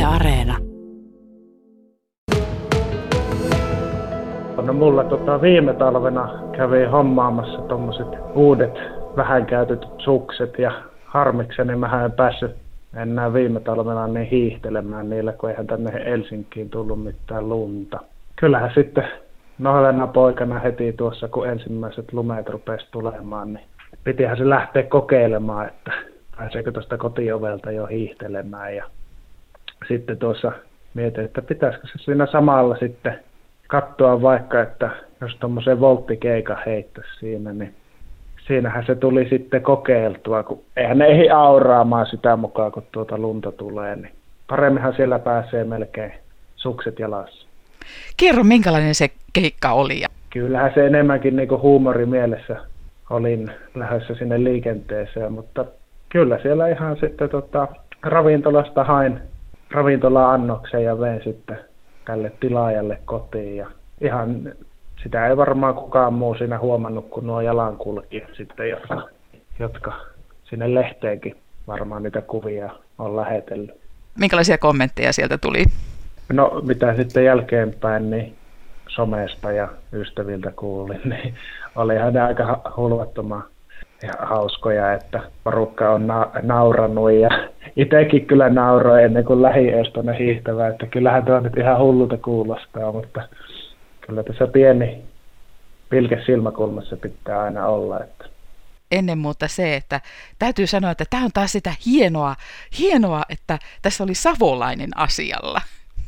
Areena. No mulla viime talvena kävi hommaamassa tommoset uudet vähän käytetyt sukset ja harmikseni mä en päässyt enää viime talvena niin hiihtelemään niillä, kun eihän tänne Helsinkiin tullut mitään lunta. Kyllähän sitten nohelena poikana heti tuossa, kun ensimmäiset lumet rupesi tulemaan, niin pitihän se lähteä kokeilemaan, että pääseekö tuosta kotiovelta jo hiihtelemään. Ja sitten tuossa mietin, että pitäisikö se siinä samalla sitten katsoa vaikka, että jos tuommoisen volttikeikan heittäisi siinä, niin siinähän se tuli sitten kokeiltua, kun eihän ne ehdi auraamaan sitä mukaan, kun tuota lunta tulee, niin paremminhan siellä pääsee melkein sukset jalassa. Kerro, minkälainen se keikka oli? Kyllähän se enemmänkin niin kuin huumorimielessä olin lähdössä sinne liikenteeseen, mutta kyllä siellä ihan sitten ravintolasta hain ravintola-annoksen ja vein sitten tälle tilaajalle kotiin. Ja ihan sitä ei varmaan kukaan muu siinä huomannut kuin nuo jalankulkijat sitten, jotka sinne lehteenkin varmaan niitä kuvia on lähetellyt. Minkälaisia kommentteja sieltä tuli? No mitä sitten jälkeenpäin niin somesta ja ystäviltä kuulin, niin olihan ne aika hulvattoman ja hauskoja, että porukka on nauranut ja itsekin kyllä nauroi ennen kuin lähi ees tuonne hiihtämään, että kyllähän tuo nyt ihan hullulta kuulostaa, mutta kyllä tässä pieni pilke silmäkulmassa pitää aina olla. Että. Ennen muuta se, että täytyy sanoa, että tämä on taas sitä hienoa, että tässä oli savolainen asialla.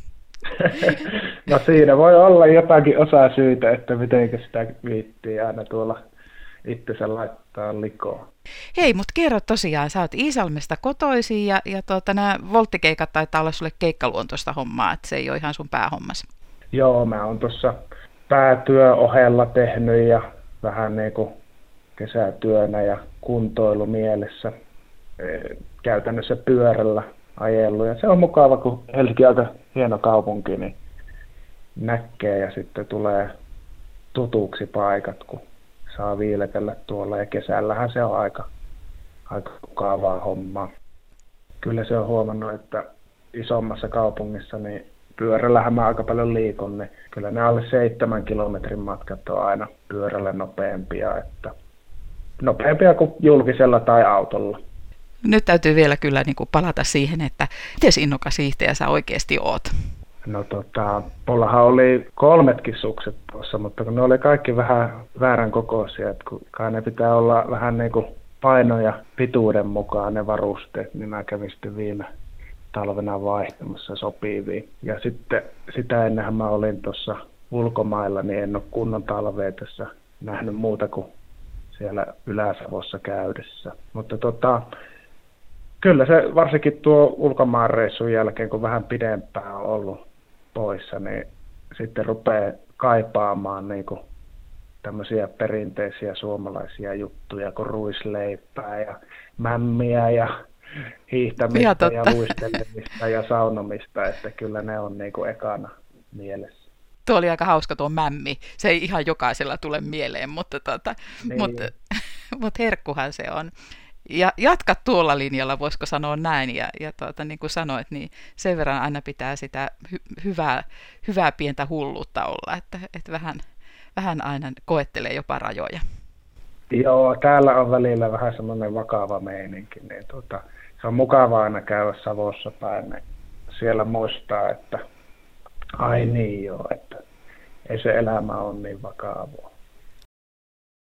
No siinä voi olla jotakin osasyytä, että miten sitä viittii aina tuolla itsensä laittaa likoon. Hei, mutta kerro tosiaan, sä oot Iisalmesta kotoisin ja nämä volttikeikat taitaa olla sulle keikkaluontoista hommaa, että se ei ole ihan sun päähommas. Joo, mä oon tuossa päätyön ohella tehnyt ja vähän niin kuin kesätyönä ja kuntoilumielessä käytännössä pyörällä ajellut. Ja se on mukava, kun Helsinki on aika hieno kaupunki, niin näkee ja sitten tulee tutuksi paikat, kun saa viiletellä tuolla. Ja kesällähän se on aika mukavaa hommaa. Kyllä se on huomannut, että isommassa kaupungissa niin pyörällähän mä aika paljon liikun, niin kyllä ne alle 7 kilometrin matkat on aina pyörällä nopeampia kuin julkisella tai autolla. Nyt täytyy vielä kyllä niin kuin palata siihen, että miten innokas hiihtäjä sä oikeasti oot? No mullahan oli 3 sukset tuossa, mutta kun ne oli kaikki vähän väärän kokoisia, että kun kai ne pitää olla vähän niin kuin paino ja pituuden mukaan ne varusteet, niin mä kävin sitten viime talvena vaihtamassa sopiviin. Ja sitten sitä ennenhän mä olin tuossa ulkomailla, niin en ole kunnon talvea tässä nähnyt muuta kuin siellä Ylä-Savossa käydessä. Mutta kyllä se varsinkin tuo ulkomaanreissun jälkeen, kun vähän pidempään on ollut poissa, niin sitten rupeaa kaipaamaan niin kuin tämmöisiä perinteisiä suomalaisia juttuja, kuin ruisleipää ja mämmiä ja hiihtämistä ja luistelemista ja saunomista, että kyllä ne on niin kuin ekana mielessä. Tuo oli aika hauska tuo mämmi. Se ei ihan jokaisella tule mieleen, mutta herkkuhan se on. Ja jatka tuolla linjalla, voisiko sanoa näin, ja niin kuin sanoit, niin sen verran aina pitää sitä hyvää pientä hulluutta olla, että vähän aina koettelee jopa rajoja. Joo, täällä on välillä vähän semmoinen vakava meininki, niin se on mukavaa aina käydä Savossa päin, niin siellä muistaa, että ai niin joo, että ei se elämä ole niin vakavaa.